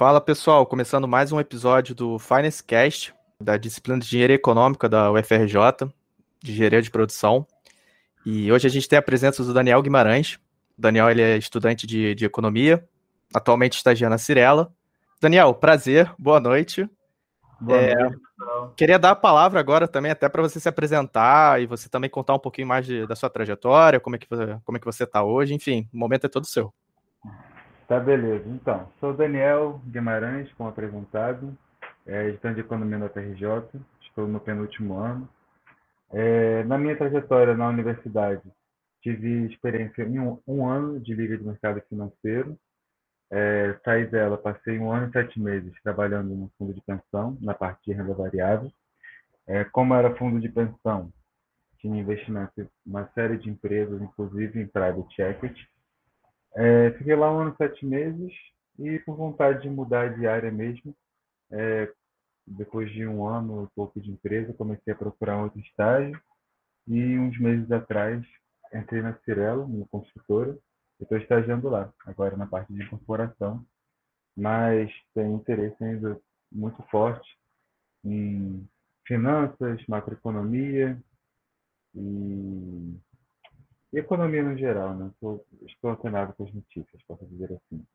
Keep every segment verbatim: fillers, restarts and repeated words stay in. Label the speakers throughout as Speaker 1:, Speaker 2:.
Speaker 1: Fala pessoal, começando mais um episódio do Finance Cast, da disciplina de Engenharia Econômica da U F R J, de Engenharia de Produção. E hoje a gente tem a presença do Daniel Guimarães. O Daniel ele é estudante de, de Economia, atualmente estagia na Cirela. Daniel, prazer, boa noite.
Speaker 2: Boa é, noite, pessoal.
Speaker 1: Queria dar a palavra agora também até para você se apresentar e você também contar um pouquinho mais de, da sua trajetória, como é que você, como é que você está hoje, enfim, o momento é todo seu.
Speaker 2: Tá, beleza. Então, sou o Daniel Guimarães, como apresentado, é, estudante de Economia da U F R J, estou no penúltimo ano. É, na minha trajetória na universidade, tive experiência em um, um ano de Liga de Mercado Financeiro. É, saí dela, passei um ano e sete meses trabalhando no fundo de pensão, na parte de renda variável. É, como era fundo de pensão, tinha investimento em uma série de empresas, inclusive em private equity. É, fiquei lá um ano e sete meses e por vontade de mudar de área mesmo, é, depois de um ano e pouco de empresa, comecei a procurar um outro estágio e uns meses atrás entrei na Cirela, uma construtora, e estou estagiando lá, agora na parte de incorporação, mas tenho interesse ainda muito forte em finanças, macroeconomia e, e economia no geral, né? Estou, estou antenado com as notícias, posso dizer assim.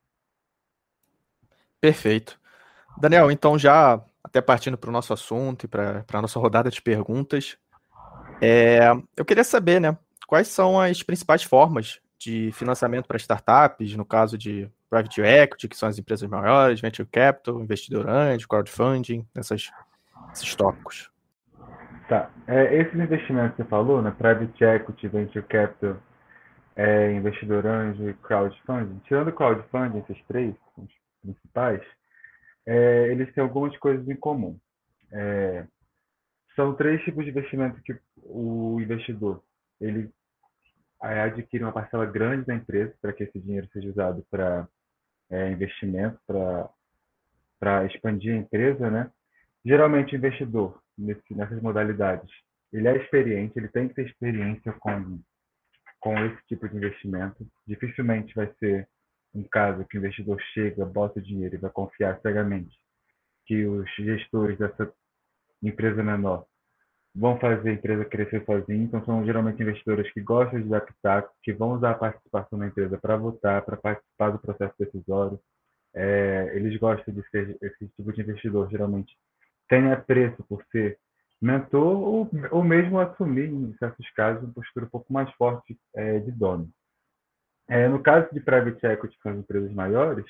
Speaker 1: Perfeito. Daniel, então já até partindo para o nosso assunto e para a nossa rodada de perguntas, é, eu queria saber, né, quais são as principais formas de financiamento para startups, no caso de private equity, que são as empresas maiores, venture capital, investidor anjo, crowdfunding, essas, esses tópicos.
Speaker 2: Tá. É, esses investimentos que você falou, né, private equity, venture capital, é, investidor anjo e crowdfunding, tirando o crowdfunding, esses três, os principais, é, eles têm algumas coisas em comum. É, são três tipos de investimento que o investidor ele adquire uma parcela grande da empresa para que esse dinheiro seja usado para é, investimento, para para expandir a empresa, né? Geralmente o investidor nesse, nessas modalidades ele é experiente, ele tem que ter experiência com com esse tipo de investimento. Dificilmente vai ser um caso que o investidor chega, bota o dinheiro e vai confiar cegamente que os gestores dessa empresa menor vão fazer a empresa crescer sozinho. Então, são geralmente investidores que gostam de dar pitaco, que vão usar a participação da empresa para votar, para participar do processo decisório. É, eles gostam de ser esse tipo de investidor, geralmente tem apreço por ser mentor ou, ou mesmo assumir, em certos casos, uma postura um pouco mais forte é, de dono. É, no caso de private equity, que são as empresas maiores,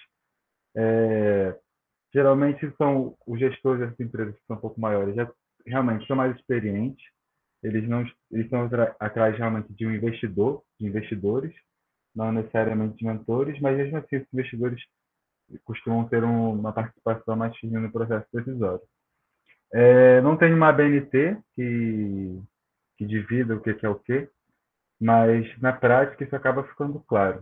Speaker 2: é, geralmente são os gestores dessas empresas que são um pouco maiores, já realmente são mais experientes, eles não eles estão atrás realmente de um investidor, de investidores, não necessariamente de mentores, mas mesmo assim esses investidores costumam ter um, uma participação mais firme no processo decisório. É, não tem uma A B N T que, que divida o que é o que, mas na prática isso acaba ficando claro.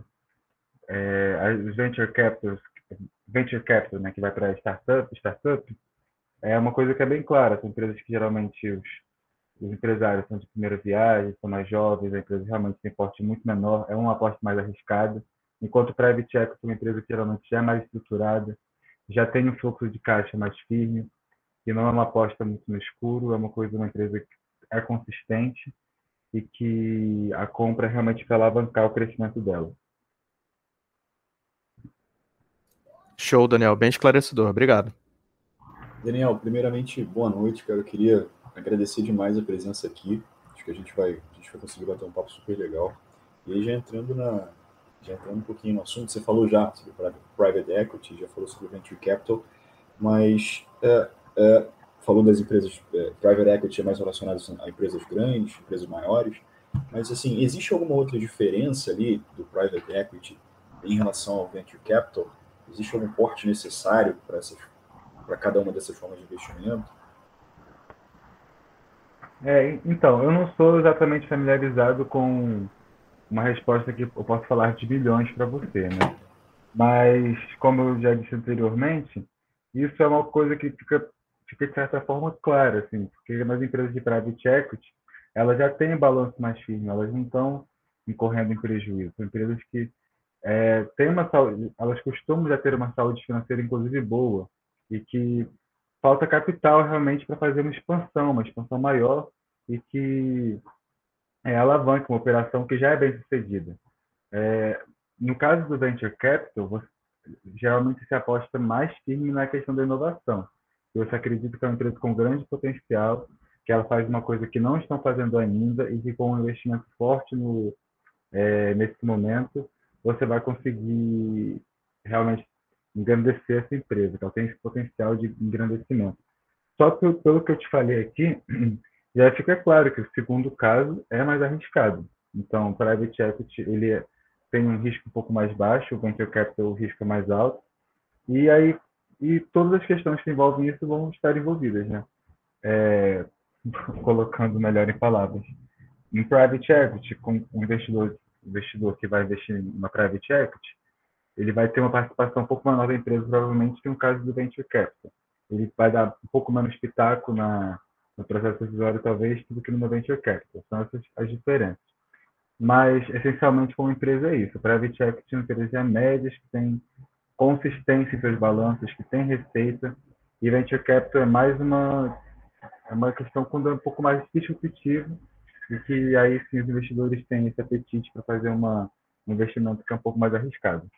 Speaker 2: É, os venture capital, venture capital, né, que vai para startup, startup, é uma coisa que é bem clara. São empresas que geralmente os, os empresários são de primeira viagem, são mais jovens, a empresa realmente tem porte muito menor, é uma aposta mais arriscada. Enquanto o private equity é uma empresa que geralmente já é mais estruturada, já tem um fluxo de caixa mais firme, que não é uma aposta muito no escuro, é uma coisa, uma empresa que é consistente e que a compra é realmente para alavancar o crescimento dela.
Speaker 1: Show, Daniel, bem esclarecedor, obrigado.
Speaker 3: Daniel, primeiramente, boa noite, cara. Eu queria agradecer demais a presença aqui. Acho que a gente vai, a gente vai conseguir bater um papo super legal. E aí, já entrando na, já entrando um pouquinho no assunto, você falou já sobre private equity, já falou sobre venture capital, mas é, é, falou das empresas é, private equity mais relacionadas a empresas grandes, empresas maiores. Mas assim, existe alguma outra diferença ali do private equity em relação ao venture capital? Existe algum porte necessário para essas para cada uma dessas formas de investimento?
Speaker 2: É, então, eu não sou exatamente familiarizado com uma resposta que eu posso falar de bilhões para você, né? Mas, como eu já disse anteriormente, isso é uma coisa que fica, fica de certa forma clara, assim, porque nas empresas de private equity, elas já têm um balanço mais firme, elas não estão incorrendo em prejuízo. São empresas que é, tem uma saúde, elas costumam já ter uma saúde financeira, inclusive, boa, e que falta capital realmente para fazer uma expansão, uma expansão maior e que é, alavanque uma operação que já é bem sucedida. É, no caso do Venture Capital, você, geralmente se aposta mais firme na questão da inovação. Você acredita que é uma empresa com grande potencial, que ela faz uma coisa que não estão fazendo ainda e que com um investimento forte no, é, nesse momento, você vai conseguir realmente engrandecer essa empresa, que ela tem esse potencial de engrandecimento. Só que, pelo que eu te falei aqui, já fica claro que o segundo caso é mais arriscado. Então, o private equity ele é, tem um risco um pouco mais baixo, o venture capital o risco é mais alto, e aí e todas as questões que envolvem isso vão estar envolvidas, né? É, colocando melhor em palavras. Em private equity, com um investidor, investidor que vai investir na private equity, ele vai ter uma participação um pouco menor da empresa, provavelmente, que no caso do venture capital. Ele vai dar um pouco menos pitaco na, no processo decisório, talvez, do que no venture capital. São essas as diferenças. Mas, essencialmente, como empresa é isso. Private equity é uma empresa médias, que tem consistência em seus balanços, que tem receita. E venture capital é mais uma, é uma questão quando é um pouco mais disruptivo e que aí sim os investidores têm esse apetite para fazer uma, um investimento que é um pouco mais arriscado.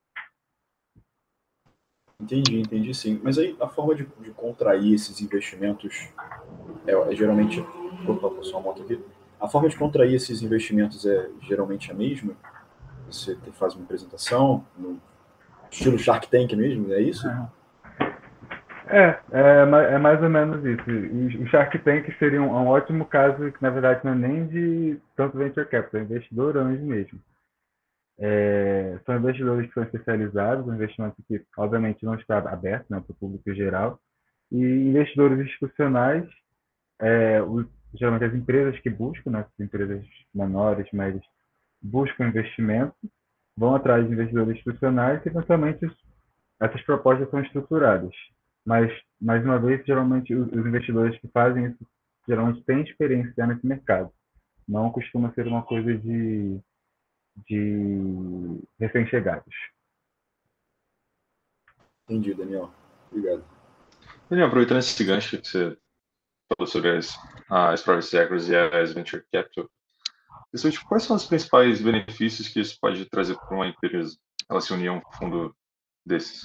Speaker 3: Entendi, entendi sim. Mas aí a forma de, de contrair esses investimentos é, é geralmente. Opa, passou uma moto aqui. A forma de contrair esses investimentos é geralmente a mesma? Você tem- faz uma apresentação, no estilo Shark Tank mesmo, é isso?
Speaker 2: É, é, ma- é mais ou menos isso. E o Shark Tank seria um, um ótimo caso que, na verdade, não é nem de tanto venture capital, é investidor anjo mesmo. É, são investidores que são especializados, um investimento que, obviamente, não está aberto, né, para o público geral, e investidores institucionais, é, os- geralmente as empresas que buscam, né, as empresas menores, médias, buscam investimento, vão atrás de investidores institucionais e, eventualmente, os- essas propostas são estruturadas. Mas, mais uma vez, geralmente, os, os investidores que fazem isso, geralmente têm experiência nesse mercado. Não costuma ser uma coisa de, de recém-chegados.
Speaker 3: Entendi, Daniel. Obrigado.
Speaker 4: Daniel, aproveitando esse gancho que você falou sobre as, as private equities e as venture capital, principalmente, quais são os principais benefícios que isso pode trazer para uma empresa, ela se unir a um fundo desses?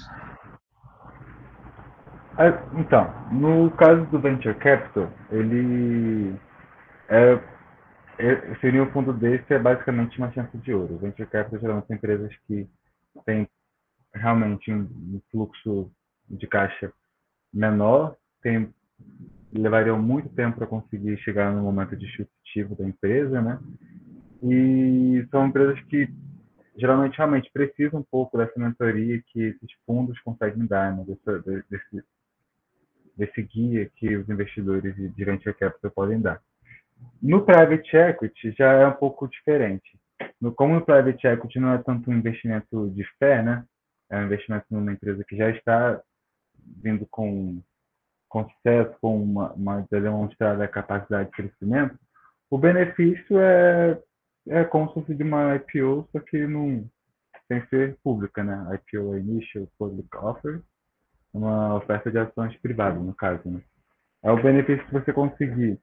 Speaker 2: Ah, Então, no caso do Venture Capital, ele é, é, seria um fundo desse é basicamente uma chance de ouro. O Venture Capital geralmente são empresas que têm realmente um, um fluxo de caixa menor, tem, levariam muito tempo para conseguir chegar no momento disruptivo da empresa, né? E são empresas que geralmente realmente precisam um pouco dessa mentoria que esses fundos conseguem dar, né? Desse, desse, desse guia que os investidores de venture capital podem dar. No private equity já é um pouco diferente. No, como no private equity não é tanto um investimento de fé, né? É um investimento numa empresa que já está vindo com, com sucesso, com uma, uma demonstrada capacidade de crescimento, o benefício é, é como se fosse de uma I P O, só que não, sem ser pública, né? I P O é Initial Public Offer, uma oferta de ações privadas, no caso, né? É o benefício que você conseguir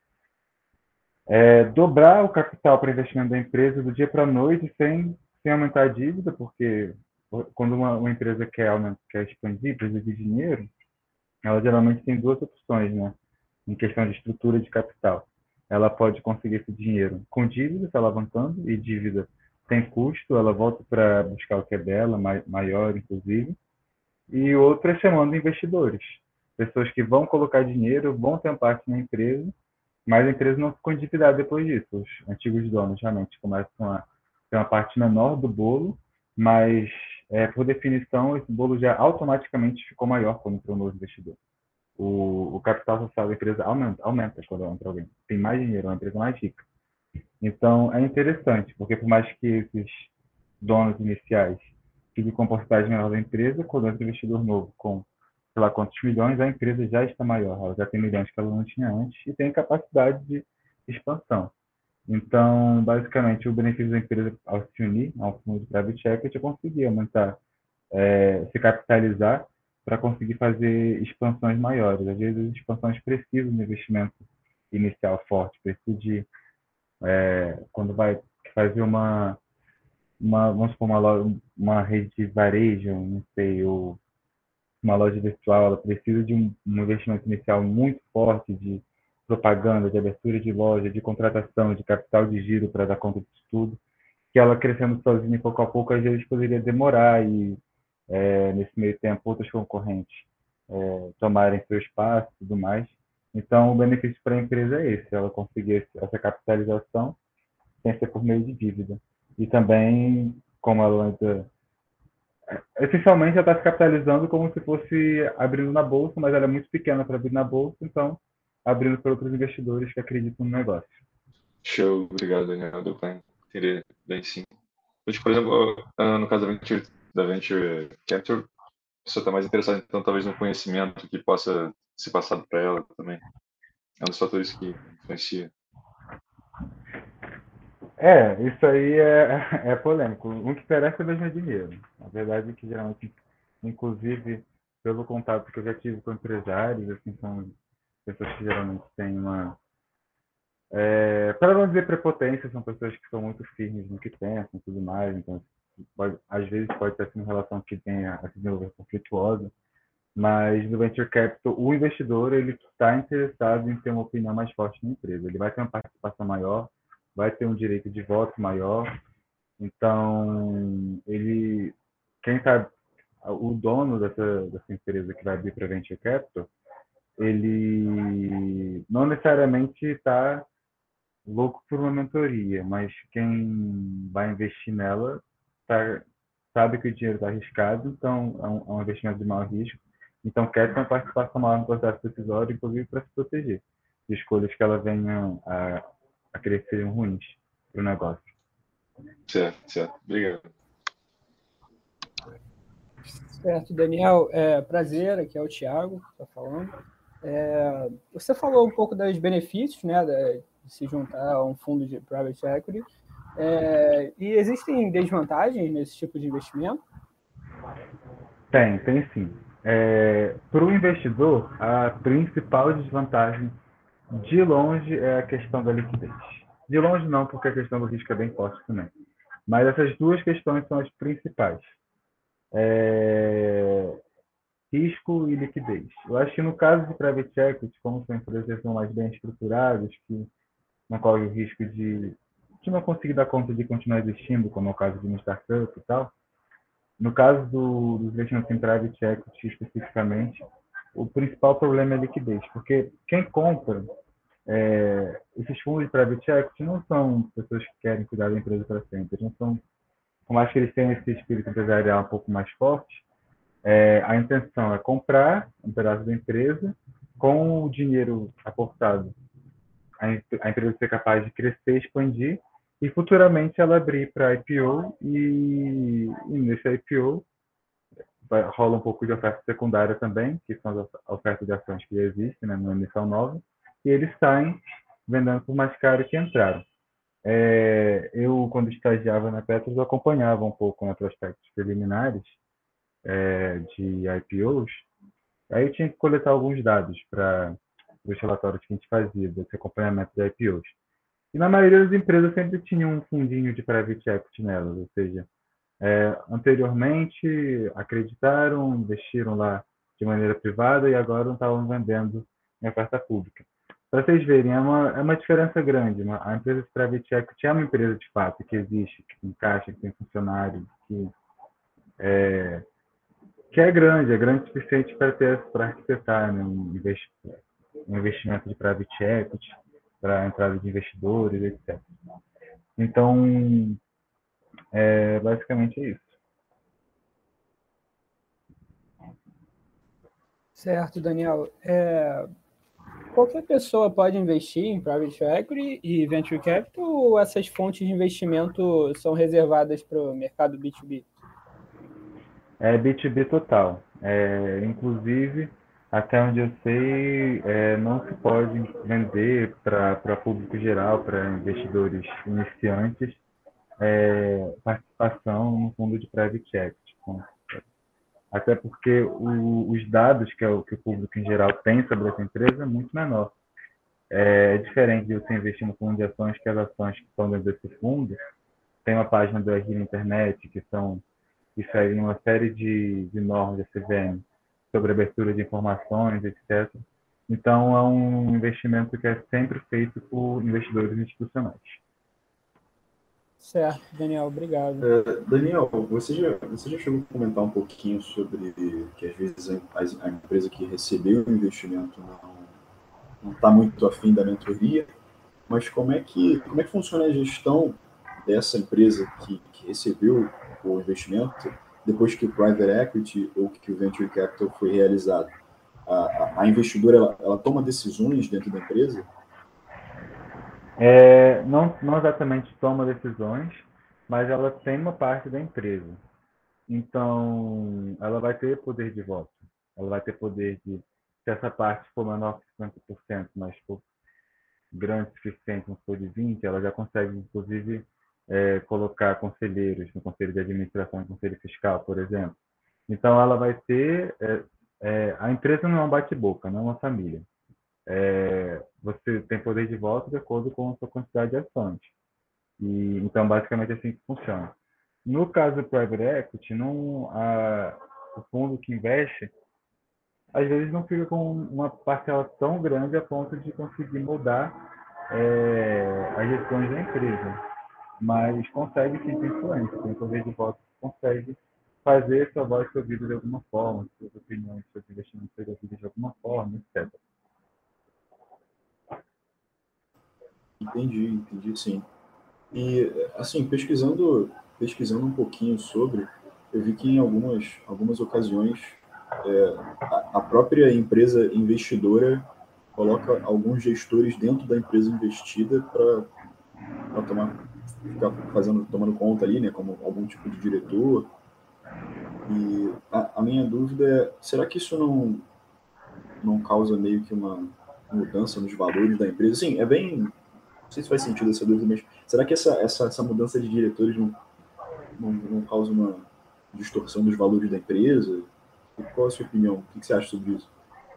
Speaker 2: é, dobrar o capital para investimento da empresa do dia para a noite sem, sem aumentar a dívida, porque quando uma, uma empresa quer, aumentar, quer expandir, precisa de dinheiro, ela geralmente tem duas opções, né? Em questão de estrutura de capital. Ela pode conseguir esse dinheiro com dívida, se alavancando, e dívida tem custo, ela volta para buscar o que é dela, maior, inclusive. E outra é chamando investidores. Pessoas que vão colocar dinheiro, vão ter parte na empresa, mas a empresa não ficou endividada depois disso. Os antigos donos realmente começam a ter uma parte menor do bolo, mas, é, por definição, esse bolo já automaticamente ficou maior quando entrou um novo investidor. O, o capital social da empresa aumenta, aumenta quando entra alguém. Tem mais dinheiro, é uma empresa mais rica. Então, é interessante, porque por mais que esses donos iniciais fiquem com a porcentagem menor da empresa, quando entra um investidor novo com sei lá quantos milhões, a empresa já está maior, ela já tem milhões que ela não tinha antes e tem capacidade de expansão. Então, basicamente, o benefício da empresa ao se unir a um fundo de private equity é conseguir aumentar, é, se capitalizar para conseguir fazer expansões maiores. Às vezes, as expansões precisam de investimento inicial forte, precisa de, é, quando vai fazer uma, uma vamos supor, uma, loja, uma rede de varejo, não sei, ou uma loja virtual, ela precisa de um, um investimento inicial muito forte de propaganda, de abertura de loja, de contratação, de capital de giro para dar conta disso tudo, que ela crescendo sozinha pouco a pouco, às vezes poderia demorar e, é, nesse meio tempo, outros concorrentes é, tomarem seu espaço e tudo mais. Então, o benefício para a empresa é esse, ela conseguir essa capitalização sem ser por meio de dívida. E também, como ela ainda essencialmente ela está se capitalizando como se fosse abrindo na bolsa, mas ela é muito pequena para abrir na bolsa, então abrindo para outros investidores que acreditam no negócio.
Speaker 4: Show, obrigado, Daniel. Deu para entender bem sim. Hoje, por exemplo, no caso da Venture, da Venture Capital, a pessoa está mais interessada, então, talvez no conhecimento que possa ser passado para ela também. É um dos fatores que influencia.
Speaker 2: É, isso aí é, é polêmico. O que interessa é mesmo é dinheiro. A verdade é que, geralmente, inclusive, pelo contato que eu já tive com empresários, assim, são pessoas que geralmente têm uma... É, para não dizer prepotência, são pessoas que são muito firmes no que pensam e tudo mais, então, pode, às vezes pode ter assim, uma relação que tenha a se desenvolver conflituosa, mas no Venture Capital, o investidor ele está interessado em ter uma opinião mais forte na empresa. Ele vai ter uma participação maior, vai ter um direito de voto maior. Então, ele, quem está, o dono dessa, dessa empresa que vai abrir para Venture Capital, ele não necessariamente está louco por uma mentoria, mas quem vai investir nela tá, sabe que o dinheiro está arriscado, então é um, é um investimento de maior risco. Então, quer ter uma participação maior no processo decisório, inclusive para se proteger de escolhas que ela venha a, a querer serem ruins para o negócio.
Speaker 4: Certo, certo. Obrigado.
Speaker 5: Certo, Daniel. É, prazer, aqui é o Thiago que está falando. É, você falou um pouco dos benefícios, né, de se juntar a um fundo de private equity. É, e existem desvantagens nesse tipo de investimento?
Speaker 2: Tem, tem sim. É, para o investidor, a principal desvantagem, de longe, é a questão da liquidez. De longe não, porque a questão do risco é bem forte também. Mas essas duas questões são as principais. É, risco e liquidez. Eu acho que no caso de private equity, como são empresas que são mais bem estruturadas, que não correm o risco de, de não conseguir dar conta de continuar existindo, como é o caso de uma startup e tal, no caso do, dos investimentos em private equity especificamente, o principal problema é a liquidez, porque quem compra é, esses fundos de private equity não são pessoas que querem cuidar da empresa para sempre, não são, por mais que eles tenham esse espírito empresarial um pouco mais forte, é, a intenção é comprar um pedaço da empresa com o dinheiro aportado, a, a empresa ser capaz de crescer, expandir e futuramente ela abrir para I P O e, e nesse I P O vai, rola um pouco de oferta secundária também, que são as ofertas de ações que já existem, né, numa emissão nova, e eles saem vendendo por mais caro que entraram. É, eu, quando estagiava na Petros, eu acompanhava um pouco né, prospectos preliminares é, de I P Os, aí eu tinha que coletar alguns dados para os relatórios que a gente fazia, desse acompanhamento de I P Os. E na maioria das empresas sempre tinha um fundinho de private equity nelas, ou seja, é, anteriormente acreditaram, investiram lá de maneira privada e agora não estavam vendendo em oferta pública. Para vocês verem, é uma, é uma diferença grande. Uma, a empresa de private equity é uma empresa de fato, que existe, que tem caixa, que tem funcionários, que é, que é grande, é grande o suficiente para ter para arquitetar né, um, investi um investimento de private equity, para a entrada de investidores, etcétera. Então, é, basicamente é isso.
Speaker 5: Certo, Daniel. É, qualquer pessoa pode investir em private equity e venture capital ou essas fontes de investimento são reservadas para o mercado B dois B?
Speaker 2: É B dois B total. É, inclusive, Até onde eu sei, é, não se pode vender para público geral, para investidores iniciantes, é, participação no fundo de private equity. Então, até porque o, os dados que, é o, que o público em geral tem sobre essa empresa é muito menor. É diferente de você investir no fundo de ações, que as ações que estão dentro desse fundo tem uma página do R I na internet, que são que seguem uma série de, de normas da C V M sobre abertura de informações, etcétera. Então, é um investimento que é sempre feito por investidores institucionais.
Speaker 5: Certo, Daniel, obrigado.
Speaker 3: É, Daniel, você já, você já chegou a comentar um pouquinho sobre que às vezes a, a empresa que recebeu o investimento não não está muito afim da mentoria, mas como é que, como é que funciona a gestão dessa empresa que, que recebeu o investimento depois que o private equity ou que o venture capital foi realizado? A, a, a investidora ela, ela toma decisões dentro da empresa?
Speaker 2: É, não, não exatamente toma decisões, mas ela tem uma parte da empresa. Então, ela vai ter poder de voto. Ela vai ter poder de, se essa parte for menor que cinquenta por cento, mas for grande o suficiente, não for de vinte por cento, ela já consegue, inclusive, é, colocar conselheiros no conselho de administração e conselho fiscal, por exemplo. Então, ela vai ter... É, é, a empresa não é um bate-boca, não é uma família. É, você tem poder de voto de acordo com a sua quantidade de ações. E, então, basicamente, é assim que funciona. No caso do private equity, não, a, o fundo que investe, às vezes não fica com uma parcela tão grande a ponto de conseguir mudar é, as gestões da empresa, mas consegue sim ter influência, tem poder de voto, consegue fazer sua voz ser ouvida de alguma forma, suas opiniões, seus investimentos serem ouvidos de alguma forma, etcétera.
Speaker 3: Entendi, entendi, sim. E, assim, pesquisando, pesquisando um pouquinho sobre, eu vi que em algumas, algumas ocasiões é, a, a própria empresa investidora coloca alguns gestores dentro da empresa investida para tomar, ficar fazendo, tomando conta ali, né, como algum tipo de diretor. E a, a minha dúvida é, será que isso não, não causa meio que uma mudança nos valores da empresa? Sim, é bem, não sei se faz sentido essa dúvida, mas será que essa, essa, essa mudança de diretores não, não, não causa uma distorção dos valores da empresa? E qual é a sua opinião? O que você acha sobre isso?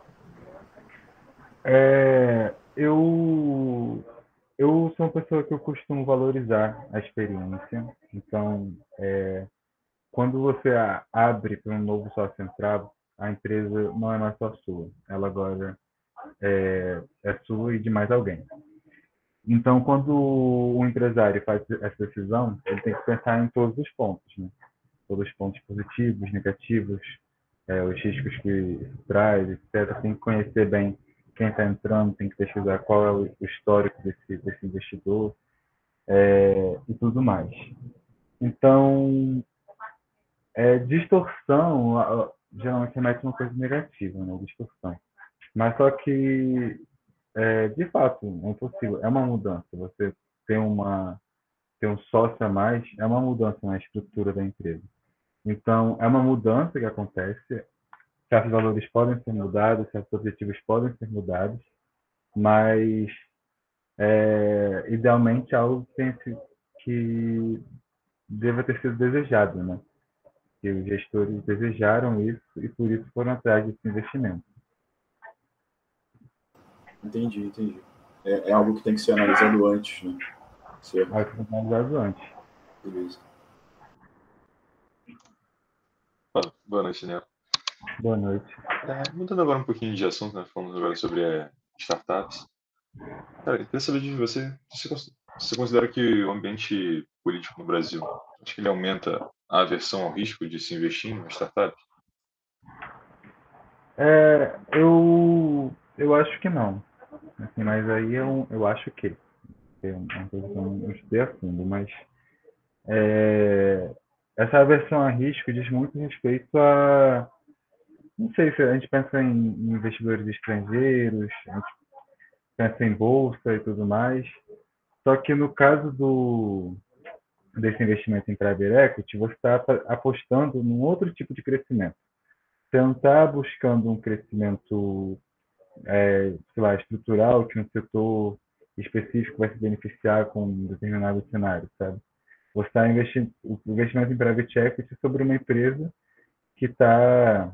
Speaker 2: É, eu, eu sou uma pessoa que eu costumo valorizar a experiência, então, é, quando você a- abre para um novo sócio entrar, a empresa não é mais só sua, ela agora é, é sua e de mais alguém. Então, quando o empresário faz essa decisão, ele tem que pensar em todos os pontos, né? Todos os pontos positivos, negativos, é, os riscos que isso traz, etcétera. Tem que conhecer bem quem está entrando, tem que pesquisar qual é o histórico desse, desse investidor é, e tudo mais. Então, é, distorção geralmente remete a uma coisa negativa, né? Distorção. Mas só que, é, de fato, é impossível. É uma mudança. Você ter uma ter um sócio a mais é uma mudança na estrutura da empresa. Então, é uma mudança que acontece. Certos valores podem ser mudados, certos objetivos podem ser mudados, mas é, idealmente algo que, tem, que deva ter sido desejado, né? Que os gestores desejaram isso e por isso foram atrás desse investimento.
Speaker 3: Entendi, entendi. É, é algo que tem que ser analisado antes, né? Certo,
Speaker 2: Algo que foi analisado antes.
Speaker 3: beleza.
Speaker 4: Ah, boa noite, Daniel.
Speaker 2: Boa noite.
Speaker 4: É, mudando agora um pouquinho de assunto, né? Falando agora sobre é, startups. Cara, eu queria saber de você, você, cons- você considera que o ambiente político no Brasil, acho que ele aumenta a aversão ao risco de se investir em uma startup?
Speaker 2: É, eu, eu acho que não. Assim, mas aí eu, eu acho que. É uma coisa que eu não estudei a fundo, mas é, essa aversão a risco diz muito respeito a. Não sei se a gente pensa em investidores estrangeiros, a gente pensa em bolsa e tudo mais. Só que no caso do, desse investimento em private equity, você está apostando num outro tipo de crescimento. você não está buscando um crescimento, é, sei lá, estrutural que um setor específico vai se beneficiar com um determinado cenário, sabe? Você está investindo, o investimento em private equity sobre uma empresa que está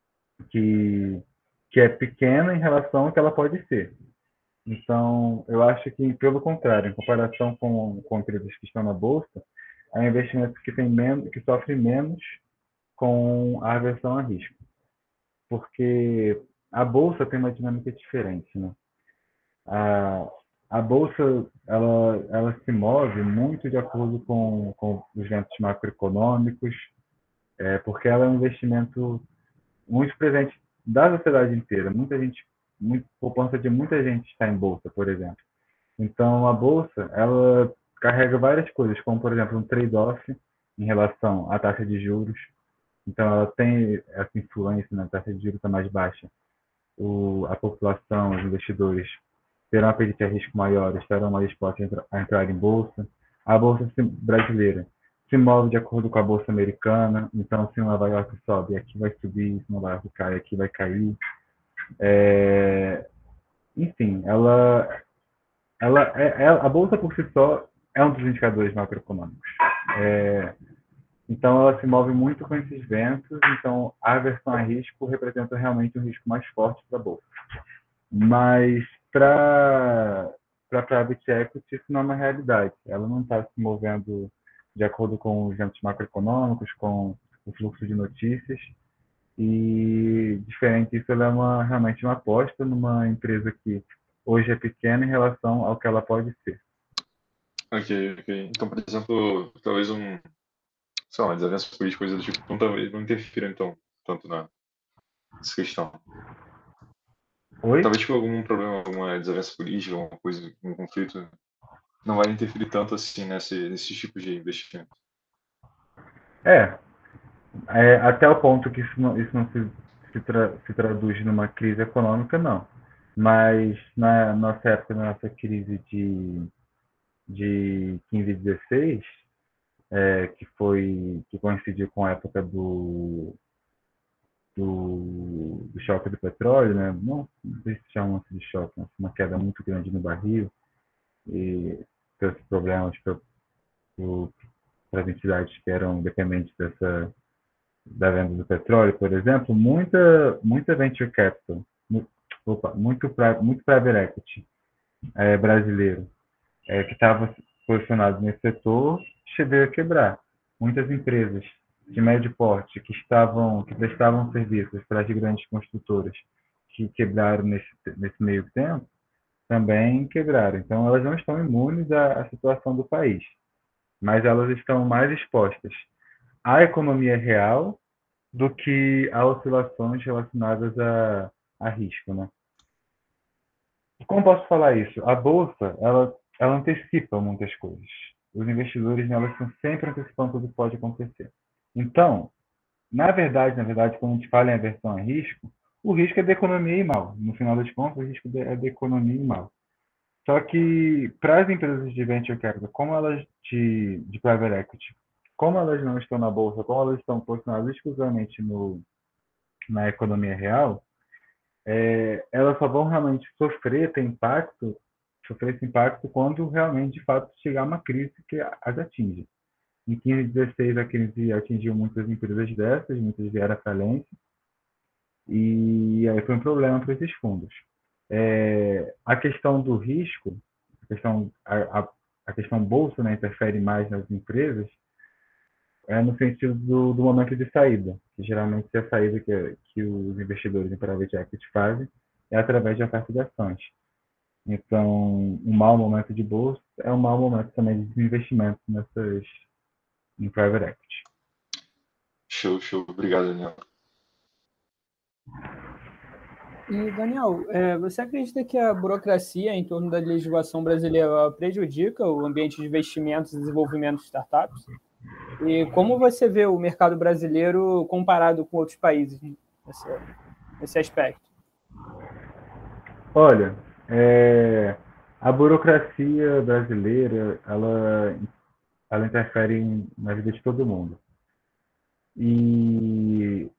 Speaker 2: que, que é pequena em relação ao que ela pode ser. Então, eu acho que, pelo contrário, em comparação com, com empresas que estão na bolsa, há investimentos que, tem menos, que sofrem menos com a aversão a risco. Porque a bolsa tem uma dinâmica diferente, né? A, a bolsa, ela, ela se move muito de acordo com, com os ventos macroeconômicos, é, porque ela é um investimento muito presente da sociedade inteira. Muita gente, muito, poupança de muita gente está em bolsa, por exemplo. Então, a bolsa, ela carrega várias coisas, como, por exemplo, um trade-off em relação à taxa de juros. Então, ela tem essa influência, na né? taxa de juros está mais baixa. O, a população, os investidores terão um apetite a risco maior, estarão mais dispostos a entrar, a entrar em bolsa. A bolsa brasileira se move de acordo com a bolsa americana. Então, se Nova York sobe, aqui vai subir, se Nova York cai, aqui vai cair. É... Enfim, ela, ela, é, é, a bolsa por si só é um dos indicadores macroeconômicos. É... Então, ela se move muito com esses ventos. Então, a aversão a risco representa realmente um risco mais forte para a bolsa. Mas, para para private equity, isso não é uma realidade. Ela não está se movendo de acordo com os ventos macroeconômicos, com o fluxo de notícias. E, diferente disso, ela é uma, realmente uma aposta numa empresa que hoje é pequena em relação ao que ela pode ser.
Speaker 4: Ok, ok. Então, por exemplo, talvez um, sei lá, uma desavença política, coisa do tipo, não, talvez não interfira, então, tanto na, nessa questão.
Speaker 2: Oi?
Speaker 4: Talvez tipo, algum problema, alguma desavença política, alguma coisa, um conflito, não vai interferir tanto assim nesse, nesses tipos de investimento.
Speaker 2: É, é, até o ponto que isso não, isso não se, se, tra, se traduz numa crise econômica, não. Mas na nossa época, na nossa crise de, de quinze e dezesseis, é, que foi que coincidiu com a época do, do, do choque do petróleo, né? Não, não sei se chama de choque, mas uma queda muito grande no barril e trouxe problemas para as entidades que eram dependentes dessa da venda do petróleo, por exemplo, muita, muita venture capital, opa, muito, muito private equity é, brasileiro é, que estava posicionado nesse setor chegou a quebrar. Muitas empresas de médio porte que estavam, que prestavam serviços para as grandes construtoras que quebraram nesse, nesse meio tempo, também quebraram. Então, elas não estão imunes à, à situação do país, mas elas estão mais expostas à economia real do que a oscilações relacionadas a, a risco, né? Como posso falar isso? A bolsa, ela, ela antecipa muitas coisas. Os investidores nela estão sempre antecipando tudo que pode acontecer. Então, na verdade, na verdade, quando a gente fala em aversão a risco, o risco é da economia e mal. No final das contas, o risco é da economia e mal. Só que para as empresas de venture capital, como elas de, de private equity, como elas não estão na bolsa, como elas estão posicionadas exclusivamente no, na economia real, é, elas só vão realmente sofrer, ter impacto, sofrer esse impacto quando realmente, de fato, chegar uma crise que as atinge. Em quinze e dezesseis, a crise atingiu muitas empresas dessas, muitas vieram à falência, e aí foi um problema para esses fundos. É, a questão do risco, a questão, a, a, a questão bolsa, né, interfere mais nas empresas, é no sentido do, do momento de saída, que geralmente é a saída que, que os investidores em private equity fazem é através de oferta de ações. Então, um mau momento de bolsa é um mau momento também de investimento nessas em private equity.
Speaker 4: Show, show. Obrigado, Daniel.
Speaker 5: E, Daniel, é, você acredita que a burocracia em torno da legislação brasileira prejudica o ambiente de investimentos e desenvolvimento de startups? E como você vê o mercado brasileiro comparado com outros países nesse, nesse aspecto?
Speaker 2: Olha, é, a burocracia brasileira, ela, ela interfere na vida de todo mundo. E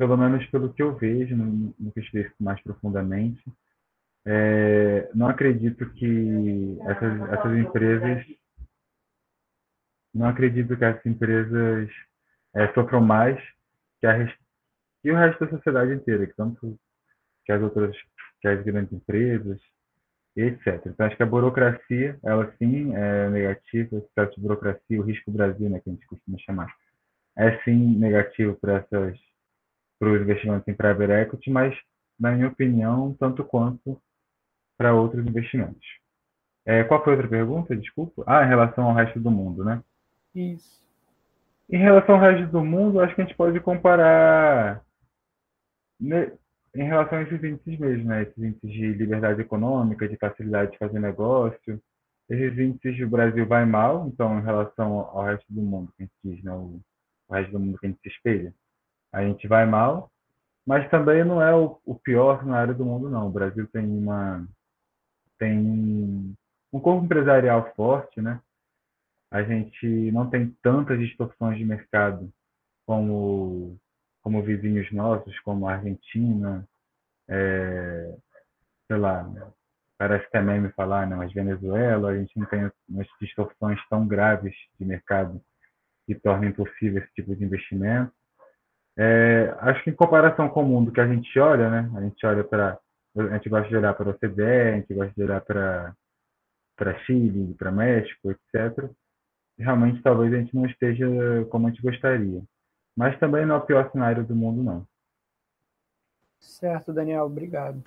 Speaker 2: pelo menos pelo que eu vejo, no, no que eu estudei mais profundamente, é, não acredito que essas, essas empresas, não acredito que essas empresas é, sofram mais que, a, que o resto da sociedade inteira, que tanto que as outras, que as grandes empresas, etcétera. Então, acho que a burocracia, ela sim é negativa, esse caso de burocracia, o risco Brasil, né, que a gente costuma chamar, é sim negativo para essas, para os investimentos em private equity, mas, na minha opinião, tanto quanto para outros investimentos. É, qual foi a outra pergunta? Desculpa. Ah, em relação ao resto do mundo, né?
Speaker 5: Isso.
Speaker 2: Em relação ao resto do mundo, acho que a gente pode comparar né, em relação a esses índices mesmo, né? Esses índices de liberdade econômica, de facilidade de fazer negócio. Esses índices o Brasil vai mal, então, em relação ao resto do mundo, que a gente diz, né? O, o resto do mundo que a gente se espelha, a gente vai mal, mas também não é o, o pior na área do mundo, não. O Brasil tem uma tem um corpo empresarial forte, né? A gente não tem tantas distorções de mercado como como vizinhos nossos, como a Argentina, é, sei lá, parece que é meme falar, né? Mas Venezuela, a gente não tem umas distorções tão graves de mercado que tornem impossível esse tipo de investimento. É, acho que em comparação com o mundo que a gente olha, né? A gente olha para, a gente gosta de olhar para o O C D E, a gente gosta de olhar para para Chile, para México, etcétera. Realmente, talvez a gente não esteja como a gente gostaria. Mas também não é o pior cenário do mundo, não.
Speaker 5: Certo, Daniel, obrigado.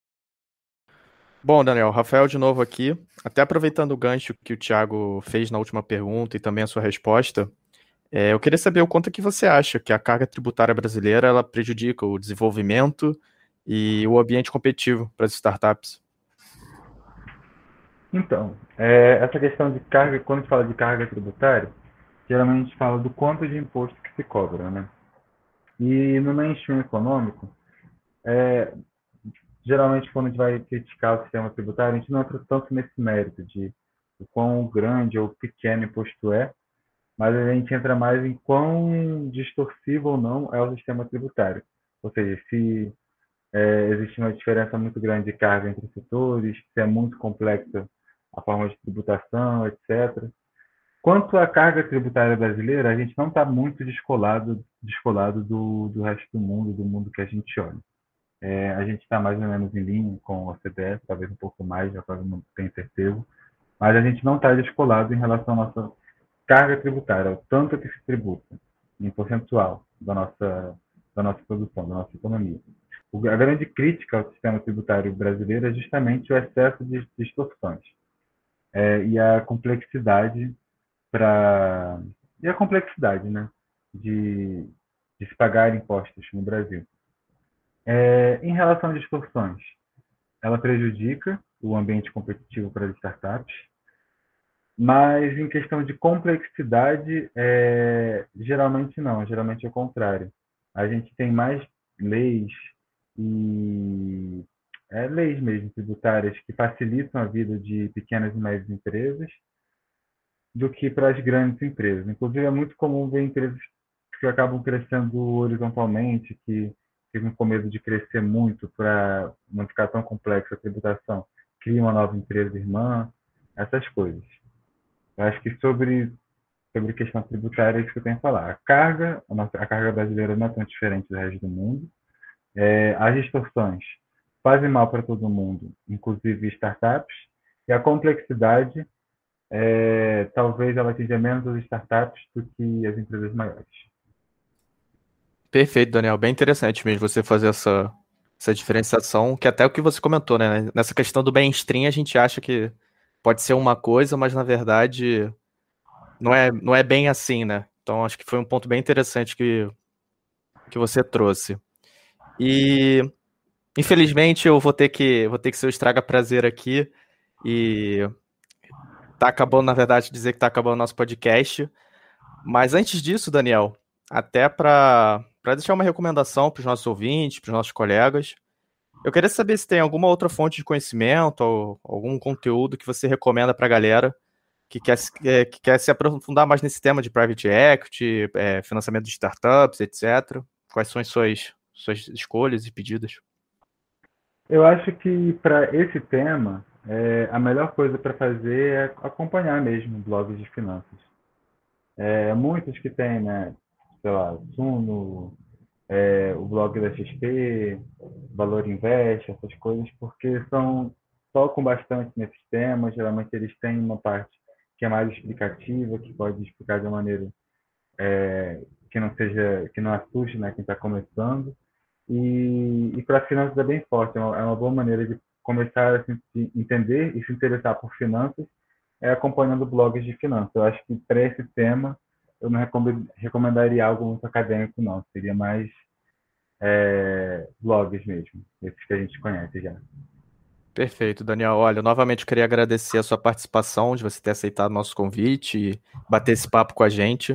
Speaker 1: Bom, Daniel, Rafael de novo aqui. Até aproveitando o gancho que o Thiago fez na última pergunta e também a sua resposta, é, eu queria saber o quanto que você acha que a carga tributária brasileira ela prejudica o desenvolvimento e o ambiente competitivo para as startups.
Speaker 2: Então, é, essa questão de carga, quando a gente fala de carga tributária, geralmente a gente fala do quanto de imposto que se cobra, né? E no mainstream econômico, é, geralmente quando a gente vai criticar o sistema tributário, a gente não entra tanto nesse mérito de o quão grande ou pequeno imposto é, mas a gente entra mais em quão distorsivo ou não é o sistema tributário. Ou seja, se é, existe uma diferença muito grande de carga entre setores, se é muito complexa a forma de tributação, etcétera. Quanto à carga tributária brasileira, a gente não está muito descolado, descolado do, do resto do mundo, do mundo que a gente olha. É, a gente está mais ou menos em linha com o O C D E, talvez um pouco mais, já quase não tenho certeza, mas a gente não está descolado em relação à nossa carga tributária, o tanto que se tributa, em percentual da nossa, da nossa produção, da nossa economia. O, a grande crítica ao sistema tributário brasileiro é justamente o excesso de distorções é, e a complexidade para e a complexidade, né, de, de se pagar impostos no Brasil. É, em relação às distorções, ela prejudica o ambiente competitivo para as startups, mas em questão de complexidade, é, geralmente não, geralmente é o contrário. A gente tem mais leis e é, leis mesmo tributárias que facilitam a vida de pequenas e médias empresas do que para as grandes empresas. Inclusive, é muito comum ver empresas que acabam crescendo horizontalmente, que ficam com medo de crescer muito para não ficar tão complexa a tributação, cria uma nova empresa irmã, essas coisas. Eu acho que sobre, sobre questão tributária é isso que eu tenho a falar. A carga, a, nossa, a carga brasileira não é tão diferente do resto do mundo. É, as distorções fazem mal para todo mundo, inclusive startups, e a complexidade é, talvez ela atinja menos as startups do que as empresas maiores.
Speaker 1: Perfeito, Daniel. Bem interessante mesmo você fazer essa, essa diferenciação, que até o que você comentou, né? Nessa questão do mainstream, a gente acha que pode ser uma coisa, mas na verdade não é, não é bem assim, né? Então acho que foi um ponto bem interessante que, que você trouxe. E infelizmente eu vou ter que vou ter que ser o estraga-prazer aqui e tá acabando, na verdade, dizer que tá acabando o nosso podcast. Mas antes disso, Daniel, até para para deixar uma recomendação para os nossos ouvintes, para os nossos colegas, eu queria saber se tem alguma outra fonte de conhecimento ou algum conteúdo que você recomenda para a galera que quer, é, que quer se aprofundar mais nesse tema de private equity, é, financiamento de startups, etcétera. Quais são as suas, suas escolhas e pedidos?
Speaker 2: Eu acho que para esse tema, é, a melhor coisa para fazer é acompanhar mesmo blogs de finanças. É, muitos que tem, né, sei lá, Suno, é, o blog da X P, Valor Invest, essas coisas, porque são tocam bastante nesses temas. Geralmente eles têm uma parte que é mais explicativa, que pode explicar de uma maneira é, que não seja, que não assuste, né, quem está começando. E, e para finanças é bem forte, é uma, é uma boa maneira de começar a se entender e se interessar por finanças, é acompanhando blogs de finanças. Eu acho que para esse tema eu não recomendaria algo muito acadêmico, não. Seria mais é, blogs mesmo, esses que a gente conhece já.
Speaker 1: Perfeito, Daniel. Olha, eu novamente queria agradecer a sua participação, de você ter aceitado o nosso convite e bater esse papo com a gente.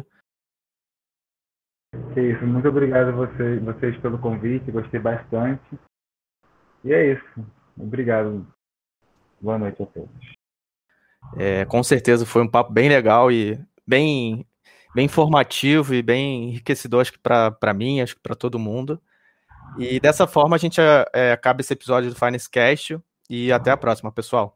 Speaker 2: É isso, muito obrigado a você, vocês pelo convite, gostei bastante. E é isso, obrigado. Boa noite a todos.
Speaker 1: É, com certeza foi um papo bem legal e bem, bem informativo e bem enriquecedor, acho que para mim, acho que para todo mundo. E dessa forma a gente é, acaba esse episódio do Finance Cast e até a próxima, pessoal.